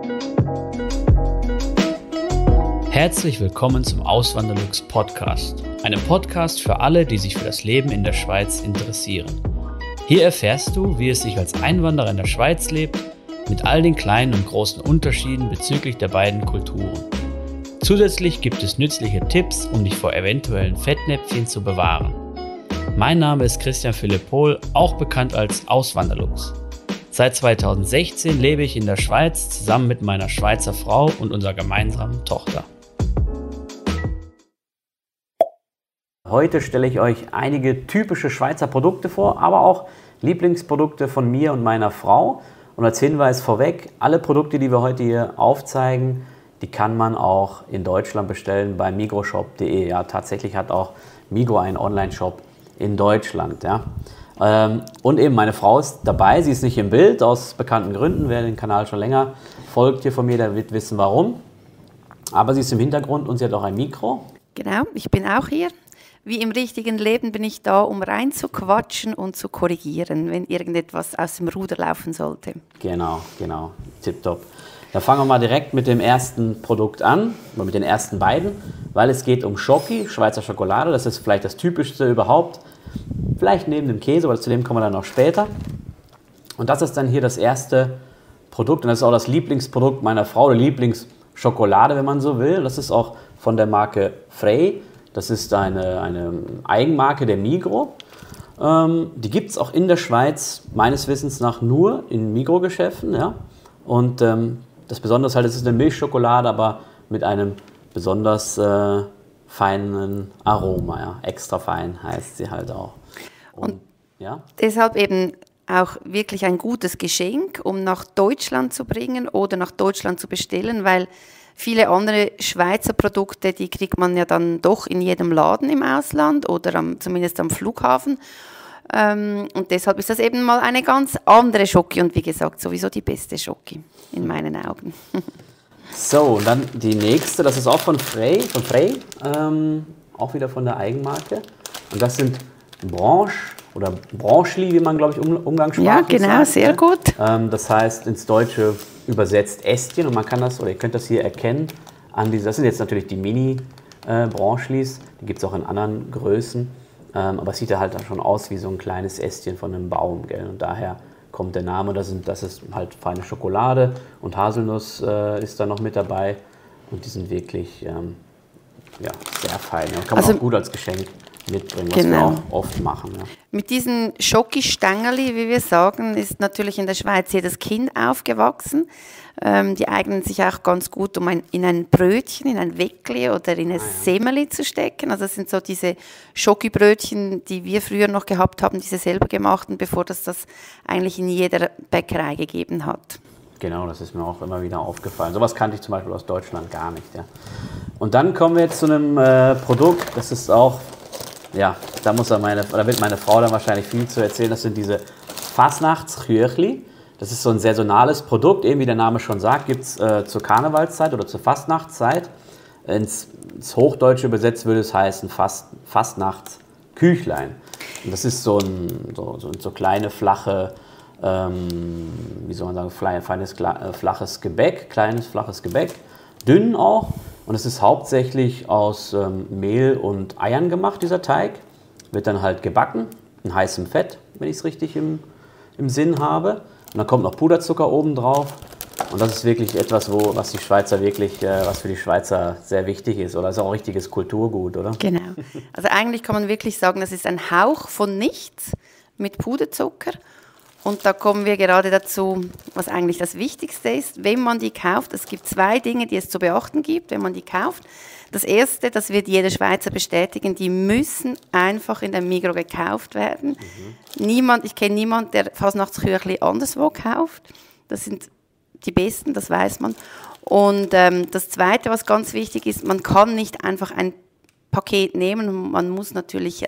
Herzlich willkommen zum Auswanderlux Podcast, einem Podcast für alle, die sich für das Leben in der Schweiz interessieren. Hier erfährst du, wie es sich als Einwanderer in der Schweiz lebt, mit all den kleinen und großen Unterschieden bezüglich der beiden Kulturen. Zusätzlich gibt es nützliche Tipps, um dich vor eventuellen Fettnäpfchen zu bewahren. Mein Name ist Christian Philipp Pohl, auch bekannt als Auswanderlux. Seit 2016 lebe ich in der Schweiz zusammen mit meiner Schweizer Frau und unserer gemeinsamen Tochter. Heute stelle ich euch einige typische Schweizer Produkte vor, aber auch Lieblingsprodukte von mir und meiner Frau. Und als Hinweis vorweg, alle Produkte, die wir heute hier aufzeigen, die kann man auch in Deutschland bestellen bei migroshop.de. Ja, tatsächlich hat auch Migros einen Online-Shop in Deutschland. Ja. Und eben meine Frau ist dabei, sie ist nicht im Bild, aus bekannten Gründen. Wer den Kanal schon länger folgt hier von mir, der wird wissen warum. Aber sie ist im Hintergrund und sie hat auch ein Mikro. Genau, ich bin auch hier. Wie im richtigen Leben bin ich da, um reinzuquatschen und zu korrigieren, wenn irgendetwas aus dem Ruder laufen sollte. Genau, tipptopp. Da fangen wir mal direkt mit dem ersten Produkt an, oder mit den ersten beiden, weil es geht um Schoki, Schweizer Schokolade. Das ist vielleicht das Typischste überhaupt, vielleicht neben dem Käse, aber zu dem kommen wir dann noch später. Und das ist dann hier das erste Produkt und das ist auch das Lieblingsprodukt meiner Frau, die Lieblingsschokolade, wenn man so will. Das ist auch von der Marke Frey. Das ist eine Eigenmarke der Migros. Die gibt es auch in der Schweiz meines Wissens nach nur in Migros-Geschäften. Ja? Und das Besondere ist halt, es ist eine Milchschokolade, aber mit einem besonders feinen Aroma. Ja? Extra fein heißt sie halt auch. Und ja? Deshalb eben auch wirklich ein gutes Geschenk, um nach Deutschland zu bringen oder nach Deutschland zu bestellen, weil viele andere Schweizer Produkte, die kriegt man ja dann doch in jedem Laden im Ausland oder zumindest am Flughafen. Und deshalb ist das eben mal eine ganz andere Schoki und wie gesagt, sowieso die beste Schoki in meinen Augen. So, und dann die nächste, das ist auch von Frey, auch wieder von der Eigenmarke. Und das sind Branchli, wie man, glaube ich, umgangssprachlich sagt. Ja, genau, sehr gut. Das heißt ins Deutsche übersetzt Ästchen und man kann das, oder ihr könnt das hier erkennen, das sind jetzt natürlich die Mini-Branchlis, die gibt es auch in anderen Größen, aber es sieht ja halt dann schon aus wie so ein kleines Ästchen von einem Baum, gell? Und daher kommt der Name, das ist halt feine Schokolade und Haselnuss ist da noch mit dabei und die sind wirklich sehr fein, ja. Kann man auch gut als Geschenk mitbringen, was wir auch oft machen. Ja. Mit diesen Schoki-Stängeli, wie wir sagen, ist natürlich in der Schweiz jedes Kind aufgewachsen. Die eignen sich auch ganz gut, um in ein Brötchen, in ein Weckli oder in ein Semmeli zu stecken. Also das sind so diese Schoki-Brötchen, die wir früher noch gehabt haben, diese selber gemachten, bevor das eigentlich in jeder Bäckerei gegeben hat. Genau, das ist mir auch immer wieder aufgefallen. Sowas kannte ich zum Beispiel aus Deutschland gar nicht. Ja. Und dann kommen wir jetzt zu einem Produkt, das ist auch, ja, da wird meine Frau dann wahrscheinlich viel zu erzählen. Das sind diese Fasnachtsküchli. Das ist so ein saisonales Produkt, eben wie der Name schon sagt, gibt es zur Karnevalszeit oder zur Fastnachtszeit. Ins Hochdeutsche übersetzt würde es heißen Fastnachtsküchlein. Und das ist so kleine, flache, wie soll man sagen, flaches Gebäck, kleines, flaches Gebäck, dünn auch. Und es ist hauptsächlich aus Mehl und Eiern gemacht, dieser Teig. Wird dann halt gebacken, in heißem Fett, wenn ich es richtig im Sinn habe. Und dann kommt noch Puderzucker oben drauf. Und das ist wirklich etwas, was für die Schweizer sehr wichtig ist. Oder das ist auch ein richtiges Kulturgut, oder? Genau. Also eigentlich kann man wirklich sagen, das ist ein Hauch von nichts mit Puderzucker. Und da kommen wir gerade dazu, was eigentlich das Wichtigste ist, wenn man die kauft. Es gibt 2 Dinge, die es zu beachten gibt, wenn man die kauft. Das erste, das wird jeder Schweizer bestätigen, die müssen einfach in der Migros gekauft werden. Ich kenne niemanden, der Fasnachtsküchli anderswo kauft. Das sind die besten, das weiß man. Und das Zweite, was ganz wichtig ist, man kann nicht einfach ein Paket nehmen, man muss natürlich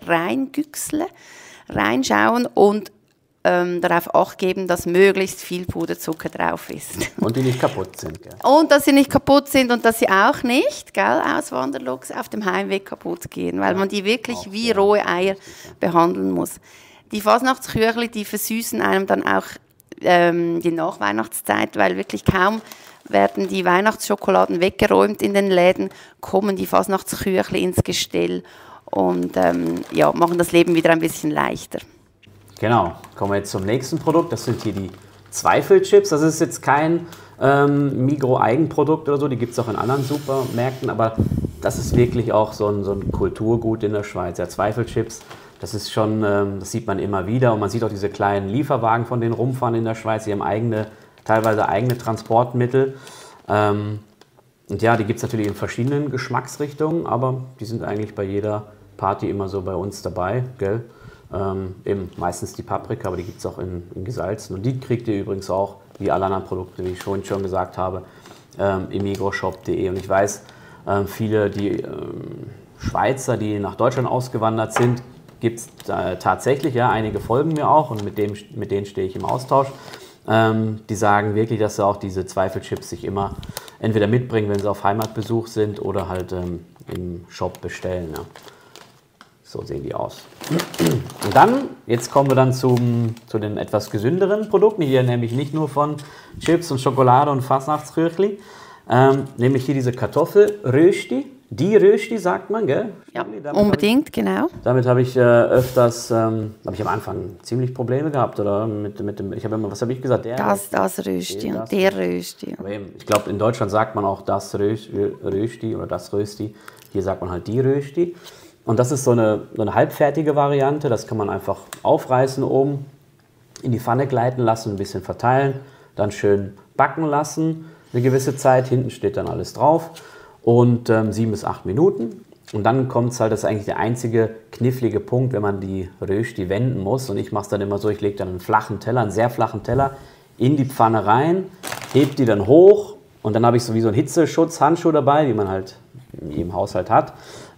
reinschauen und darauf Acht geben, dass möglichst viel Puderzucker drauf ist. Und die nicht kaputt sind. Gell? Und dass sie nicht kaputt sind und dass sie auch nicht, Auswanderlux, auf dem Heimweg kaputt gehen, weil man die wirklich wie rohe Eier behandeln muss. Die Fasnachtsküchli, die versüßen einem dann auch die Nachweihnachtszeit, weil wirklich kaum werden die Weihnachtsschokoladen weggeräumt in den Läden, kommen die Fasnachtsküchli ins Gestell und machen das Leben wieder ein bisschen leichter. Genau, kommen wir jetzt zum nächsten Produkt. Das sind hier die Zweifelchips. Das ist jetzt kein Migros-Eigenprodukt oder so, die gibt es auch in anderen Supermärkten, aber das ist wirklich auch so ein Kulturgut in der Schweiz. Ja, Zweifelchips, das ist schon, das sieht man immer wieder und man sieht auch diese kleinen Lieferwagen von denen rumfahren in der Schweiz, die haben teilweise eigene Transportmittel. Und ja, die gibt es natürlich in verschiedenen Geschmacksrichtungen, aber die sind eigentlich bei jeder Party immer so bei uns dabei, gell? Eben meistens die Paprika, aber die gibt es auch in gesalzen. Und die kriegt ihr übrigens auch, wie alle anderen Produkte, wie ich schon gesagt habe, im migroshop.de. Und ich weiß, viele die Schweizer, die nach Deutschland ausgewandert sind, gibt es tatsächlich, ja, einige folgen mir auch und mit denen stehe ich im Austausch. Die sagen wirklich, dass sie auch diese Zweifelchips sich immer entweder mitbringen, wenn sie auf Heimatbesuch sind oder halt im Shop bestellen. Ja. So sehen die aus. Und dann, jetzt kommen wir dann zu den etwas gesünderen Produkten, hier nämlich nicht nur von Chips und Schokolade und Fasnachtsküchli, nämlich hier diese Kartoffelrösti. Die Rösti sagt man, gell? Ja, unbedingt, genau. Damit habe ich öfters, habe ich am Anfang ziemlich Probleme gehabt, oder? Mit dem, ich habe immer, was habe ich gesagt? Das Rösti und der Rösti. Aber eben, ich glaube, in Deutschland sagt man auch das Rösti oder das Rösti. Hier sagt man halt die Rösti. Und das ist so eine halbfertige Variante, das kann man einfach aufreißen oben, in die Pfanne gleiten lassen, ein bisschen verteilen, dann schön backen lassen, eine gewisse Zeit, hinten steht dann alles drauf und 7 bis 8 Minuten. Und dann kommt es halt, das ist eigentlich der einzige knifflige Punkt, wenn man die Rösti wenden muss. Und ich mache es dann immer so, ich lege dann einen flachen Teller, einen sehr flachen Teller in die Pfanne rein, heb die dann hoch und dann habe ich sowieso einen Hitzeschutzhandschuh dabei, die man halt in jedem Haushalt hat.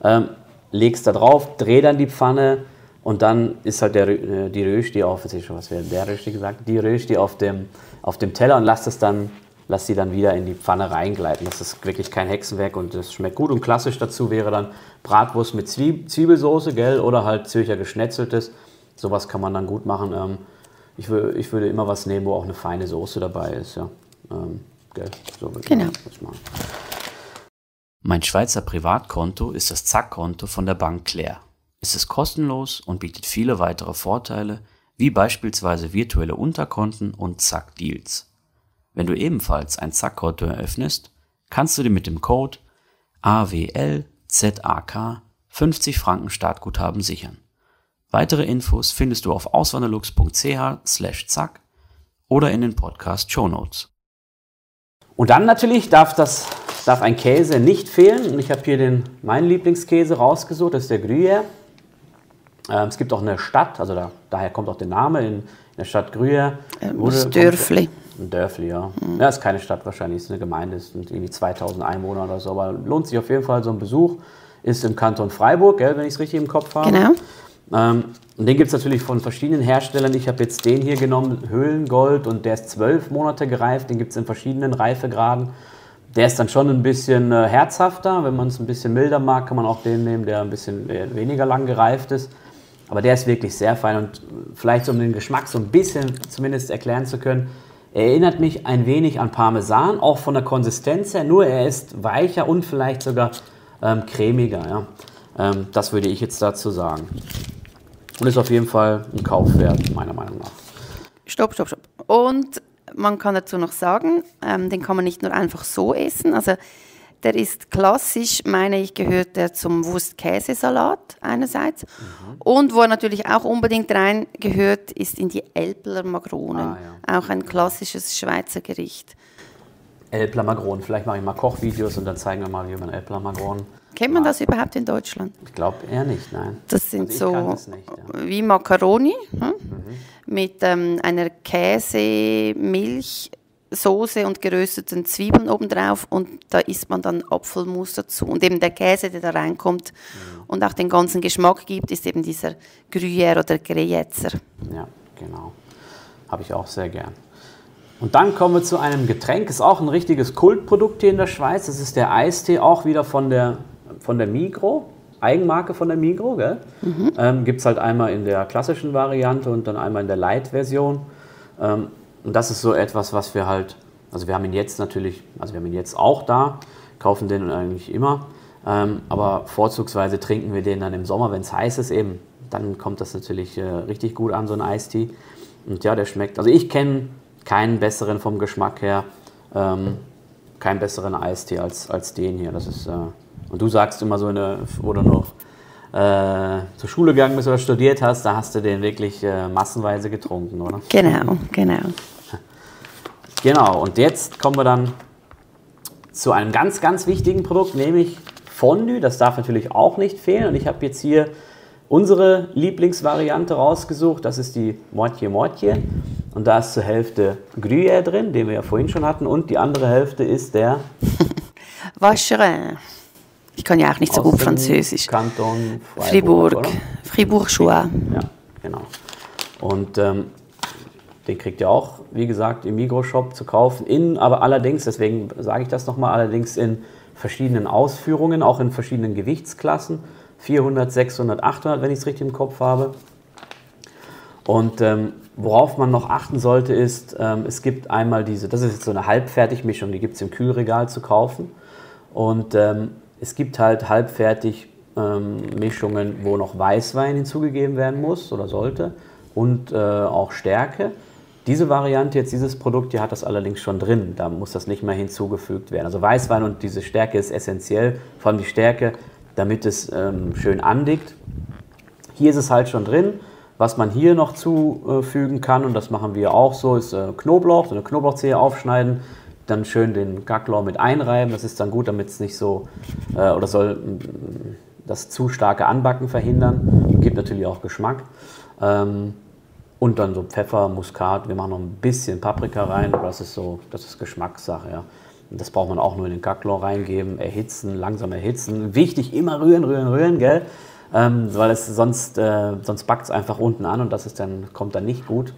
Legst da drauf, dreh dann die Pfanne und dann ist halt die Rösti auf, jetzt schon was wäre der Rösti gesagt, die Rösti auf dem Teller und lass sie dann wieder in die Pfanne reingleiten. Das ist wirklich kein Hexenwerk und das schmeckt gut. Und klassisch dazu wäre dann Bratwurst mit Zwiebelsoße, gell, oder halt Zürcher Geschnetzeltes. Sowas kann man dann gut machen. Ich würde immer was nehmen, wo auch eine feine Soße dabei ist, ja. Gell, so würde ich das machen. Mein Schweizer Privatkonto ist das Zack-Konto von der Bank Claire. Es ist kostenlos und bietet viele weitere Vorteile, wie beispielsweise virtuelle Unterkonten und Zack-Deals. Wenn du ebenfalls ein Zack-Konto eröffnest, kannst du dir mit dem Code AWLZAK 50 Franken Startguthaben sichern. Weitere Infos findest du auf auswanderlux.ch/zack oder in den Podcast-Shownotes. Und dann natürlich darf ein Käse nicht fehlen. Und ich habe hier meinen Lieblingskäse rausgesucht, das ist der Gruyère. Es gibt auch eine Stadt, also daher kommt auch der Name, in der Stadt Gruyère. Das Dörfli. Ein Dörfli, ja. Ja, ist keine Stadt wahrscheinlich, ist eine Gemeinde, es sind irgendwie 2000 Einwohner oder so, aber lohnt sich auf jeden Fall so ein Besuch. Ist im Kanton Freiburg, gell, wenn ich es richtig im Kopf habe. Genau. Und den gibt es natürlich von verschiedenen Herstellern. Ich habe jetzt den hier genommen, Höhlengold, und der ist 12 Monate gereift. Den gibt es in verschiedenen Reifegraden. Der ist dann schon ein bisschen herzhafter. Wenn man es ein bisschen milder mag, kann man auch den nehmen, der ein bisschen weniger lang gereift ist. Aber der ist wirklich sehr fein und vielleicht so um den Geschmack so ein bisschen zumindest erklären zu können, erinnert mich ein wenig an Parmesan, auch von der Konsistenz her, nur er ist weicher und vielleicht sogar cremiger. Ja. Das würde ich jetzt dazu sagen. Und ist auf jeden Fall ein Kauf wert, meiner Meinung nach. Stopp. Und man kann dazu noch sagen, den kann man nicht nur einfach so essen. Also der ist klassisch, meine ich, gehört der zum Wurst-Käsesalat einerseits. Und wo er natürlich auch unbedingt rein gehört, ist in die Älpler Magronen. Ja. Auch ein klassisches Schweizer Gericht. Älpler Magronen, vielleicht mache ich mal Kochvideos und dann zeigen wir mal, wie man Älpler Magronen. Kennt man das überhaupt in Deutschland? Ich glaube eher nicht, nein. Das sind so wie Macaroni mit einer Käse-Milchsoße und gerösteten Zwiebeln obendrauf und da isst man dann Apfelmus dazu. Und eben der Käse, der da reinkommt und auch den ganzen Geschmack gibt, ist eben dieser Gruyère oder Greyetzer. Ja, genau. Habe ich auch sehr gern. Und dann kommen wir zu einem Getränk, ist auch ein richtiges Kultprodukt hier in der Schweiz. Das ist der Eistee, auch wieder von der Migros, Eigenmarke von der Migros. Gell? Gibt es halt einmal in der klassischen Variante und dann einmal in der Light-Version. Und das ist so etwas, was wir halt Also wir haben ihn jetzt natürlich, also wir haben ihn jetzt auch da, kaufen den eigentlich immer. Aber vorzugsweise trinken wir den dann im Sommer, wenn es heiß ist eben. Dann kommt das natürlich richtig gut an, so ein Eistee. Und ja, der schmeckt. Also ich kenne keinen besseren vom Geschmack her, keinen besseren Eistee als den hier. Das ist, und du sagst immer so, wo du noch zur Schule gegangen bist oder studiert hast, da hast du den wirklich massenweise getrunken, oder? Genau. Genau, und jetzt kommen wir dann zu einem ganz, ganz wichtigen Produkt, nämlich Fondue. Das darf natürlich auch nicht fehlen. Und ich habe jetzt hier unsere Lieblingsvariante rausgesucht. Das ist die Moitié-Moitié. Und da ist zur Hälfte Gruyère drin, den wir ja vorhin schon hatten. Und die andere Hälfte ist der Vacherin. Ich kann ja auch nicht so gut Französisch. Kanton Fribourg. Fribourg-Choix. Ja, genau. Und den kriegt ihr auch, wie gesagt, im Migros-Shop zu kaufen. Aber allerdings, deswegen sage ich das nochmal, allerdings in verschiedenen Ausführungen, auch in verschiedenen Gewichtsklassen. 400, 600, 800, wenn ich es richtig im Kopf habe. Und worauf man noch achten sollte, ist, es gibt einmal das ist jetzt so eine Halbfertigmischung, die gibt es im Kühlregal zu kaufen. Und es gibt halt Halbfertigmischungen, wo noch Weißwein hinzugegeben werden muss oder sollte und auch Stärke. Diese Variante, jetzt dieses Produkt, hier hat das allerdings schon drin, da muss das nicht mehr hinzugefügt werden. Also Weißwein und diese Stärke ist essentiell, vor allem die Stärke, damit es schön andickt. Hier ist es halt schon drin. Was man hier noch zufügen kann, und das machen wir auch so, ist Knoblauch, so eine Knoblauchzehe aufschneiden, dann schön den Gaclor mit einreiben. Das ist dann gut, damit es nicht so, oder soll das zu starke Anbacken verhindern. Gibt natürlich auch Geschmack. Und dann so Pfeffer, Muskat, wir machen noch ein bisschen Paprika rein, aber das ist Geschmackssache, ja. Und das braucht man auch nur in den Gaclor reingeben, erhitzen, langsam erhitzen. Wichtig, immer rühren, gell? Weil es sonst backt es einfach unten an und kommt dann nicht gut.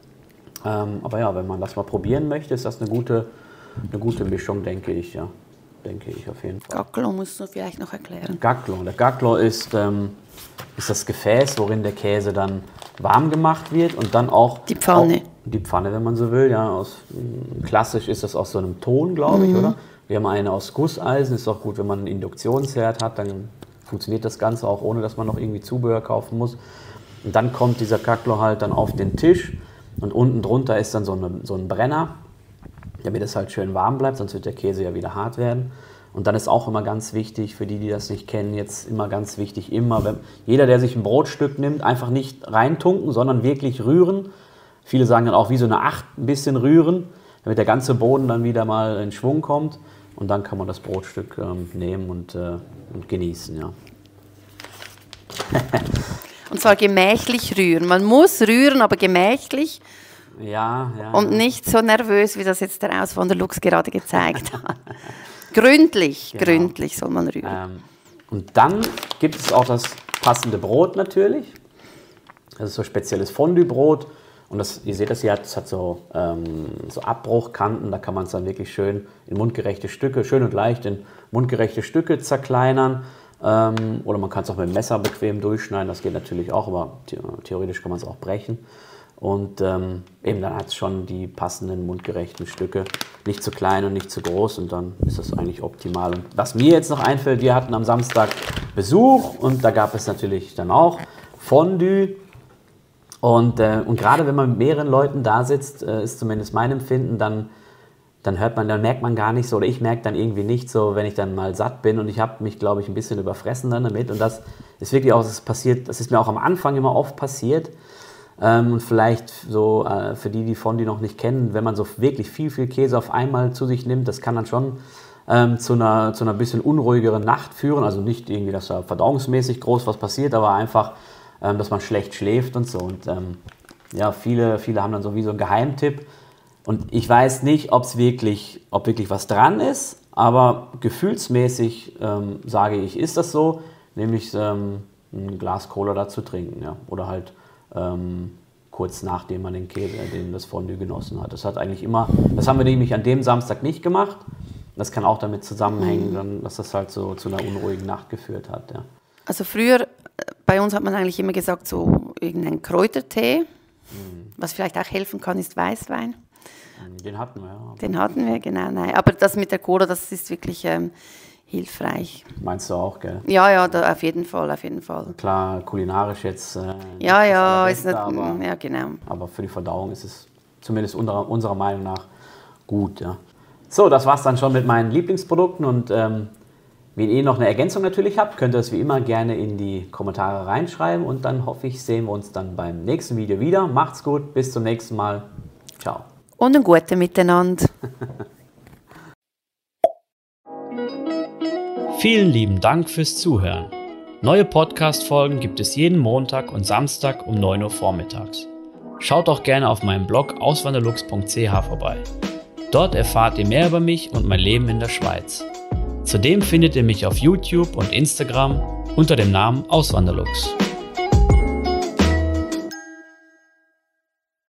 Aber ja, wenn man das mal probieren möchte, ist das eine gute Mischung, denke ich, ja. Denke ich auf jeden Fall. Gaclor musst du vielleicht noch erklären. Gaclor. Der Gaclor ist das Gefäß, worin der Käse dann warm gemacht wird und dann auch die Pfanne. Die Pfanne, wenn man so will. Ja, klassisch ist das aus so einem Ton, glaube ich, oder? Wir haben eine aus Gusseisen. Ist auch gut, wenn man einen Induktionsherd hat, dann funktioniert das Ganze auch, ohne dass man noch irgendwie Zubehör kaufen muss. Und dann kommt dieser Gaclor halt dann auf den Tisch und unten drunter ist dann so ein Brenner, damit es halt schön warm bleibt, sonst wird der Käse ja wieder hart werden. Und dann ist auch immer ganz wichtig, für die das nicht kennen, jetzt immer ganz wichtig, jeder, der sich ein Brotstück nimmt, einfach nicht reintunken, sondern wirklich rühren. Viele sagen dann auch wie so eine Acht ein bisschen rühren, damit der ganze Boden dann wieder mal in Schwung kommt. Und dann kann man das Brotstück nehmen und genießen, ja. Und zwar gemächlich rühren. Man muss rühren, aber gemächlich. Ja. Und nicht so nervös, wie das jetzt der Auswanderlux gerade gezeigt hat. Gründlich soll man rühren. Und dann gibt es auch das passende Brot natürlich. Das ist so spezielles Fondue-Brot. Und ihr seht das hier, das hat so Abbruchkanten. Da kann man es dann wirklich schön in mundgerechte Stücke, schön und leicht in mundgerechte Stücke zerkleinern. Oder man kann es auch mit dem Messer bequem durchschneiden. Das geht natürlich auch, aber theoretisch kann man es auch brechen. Und eben dann hat es schon die passenden mundgerechten Stücke. Nicht zu klein und nicht zu groß und dann ist das eigentlich optimal. Und was mir jetzt noch einfällt, wir hatten am Samstag Besuch und da gab es natürlich dann auch Fondue. Und gerade wenn man mit mehreren Leuten da sitzt, ist zumindest mein Empfinden, dann merkt man gar nicht so, oder ich merke dann irgendwie nicht so, wenn ich dann mal satt bin und ich habe mich, glaube ich, ein bisschen überfressen dann damit. Und das ist wirklich auch, das ist mir auch am Anfang immer oft passiert. Und vielleicht so für die Fondue noch nicht kennen, wenn man so wirklich viel Käse auf einmal zu sich nimmt, das kann dann schon zu einer bisschen unruhigeren Nacht führen. Also nicht irgendwie, dass da verdauungsmäßig groß was passiert, aber einfach, dass man schlecht schläft und so. Und ja, viele haben dann sowieso einen Geheimtipp. Und ich weiß nicht, ob wirklich was dran ist, aber gefühlsmäßig sage ich, ist das so, nämlich ein Glas Cola dazu trinken, ja, oder halt kurz nachdem man das Fondue genossen hat. Das haben wir nämlich an dem Samstag nicht gemacht. Das kann auch damit zusammenhängen, dass das halt so zu einer unruhigen Nacht geführt hat. Ja. Also früher, bei uns hat man eigentlich immer gesagt, so irgendein Kräutertee. Was vielleicht auch helfen kann, ist Weißwein. Den hatten wir, ja. Den hatten wir, genau. Nein. Aber das mit der Cola, das ist wirklich hilfreich. Meinst du auch, gell? Ja, auf jeden Fall. Klar, kulinarisch jetzt ja, ist nicht, ja, genau. Aber für die Verdauung ist es zumindest unserer Meinung nach gut, ja. So, das war's dann schon mit meinen Lieblingsprodukten und wenn ihr noch eine Ergänzung natürlich habt, könnt ihr das wie immer gerne in die Kommentare reinschreiben und dann hoffe ich, sehen wir uns dann beim nächsten Video wieder. Macht's gut, bis zum nächsten Mal. Ciao. Und ein gutes Miteinander. Vielen lieben Dank fürs Zuhören. Neue Podcast-Folgen gibt es jeden Montag und Samstag um 9 Uhr vormittags. Schaut auch gerne auf meinem Blog auswanderlux.ch vorbei. Dort erfahrt ihr mehr über mich und mein Leben in der Schweiz. Zudem findet ihr mich auf YouTube und Instagram unter dem Namen Auswanderlux.